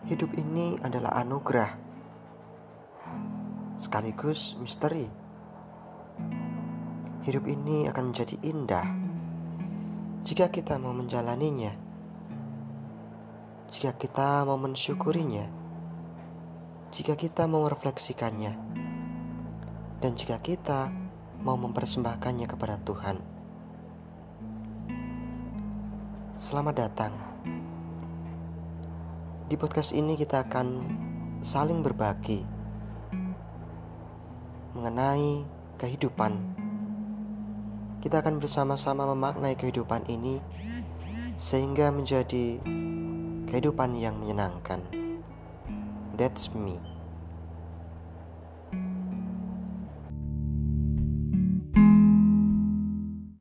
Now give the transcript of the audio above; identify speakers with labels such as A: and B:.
A: Hidup ini adalah anugerah, sekaligus misteri. Hidup ini akan menjadi indah jika kita mau menjalaninya, jika kita mau mensyukurinya, jika kita mau merefleksikannya, dan jika kita mau mempersembahkannya kepada Tuhan. Selamat datang. Di podcast ini kita akan saling berbagi mengenai kehidupan. Kita akan bersama-sama memaknai kehidupan ini sehingga menjadi kehidupan yang menyenangkan. That's me.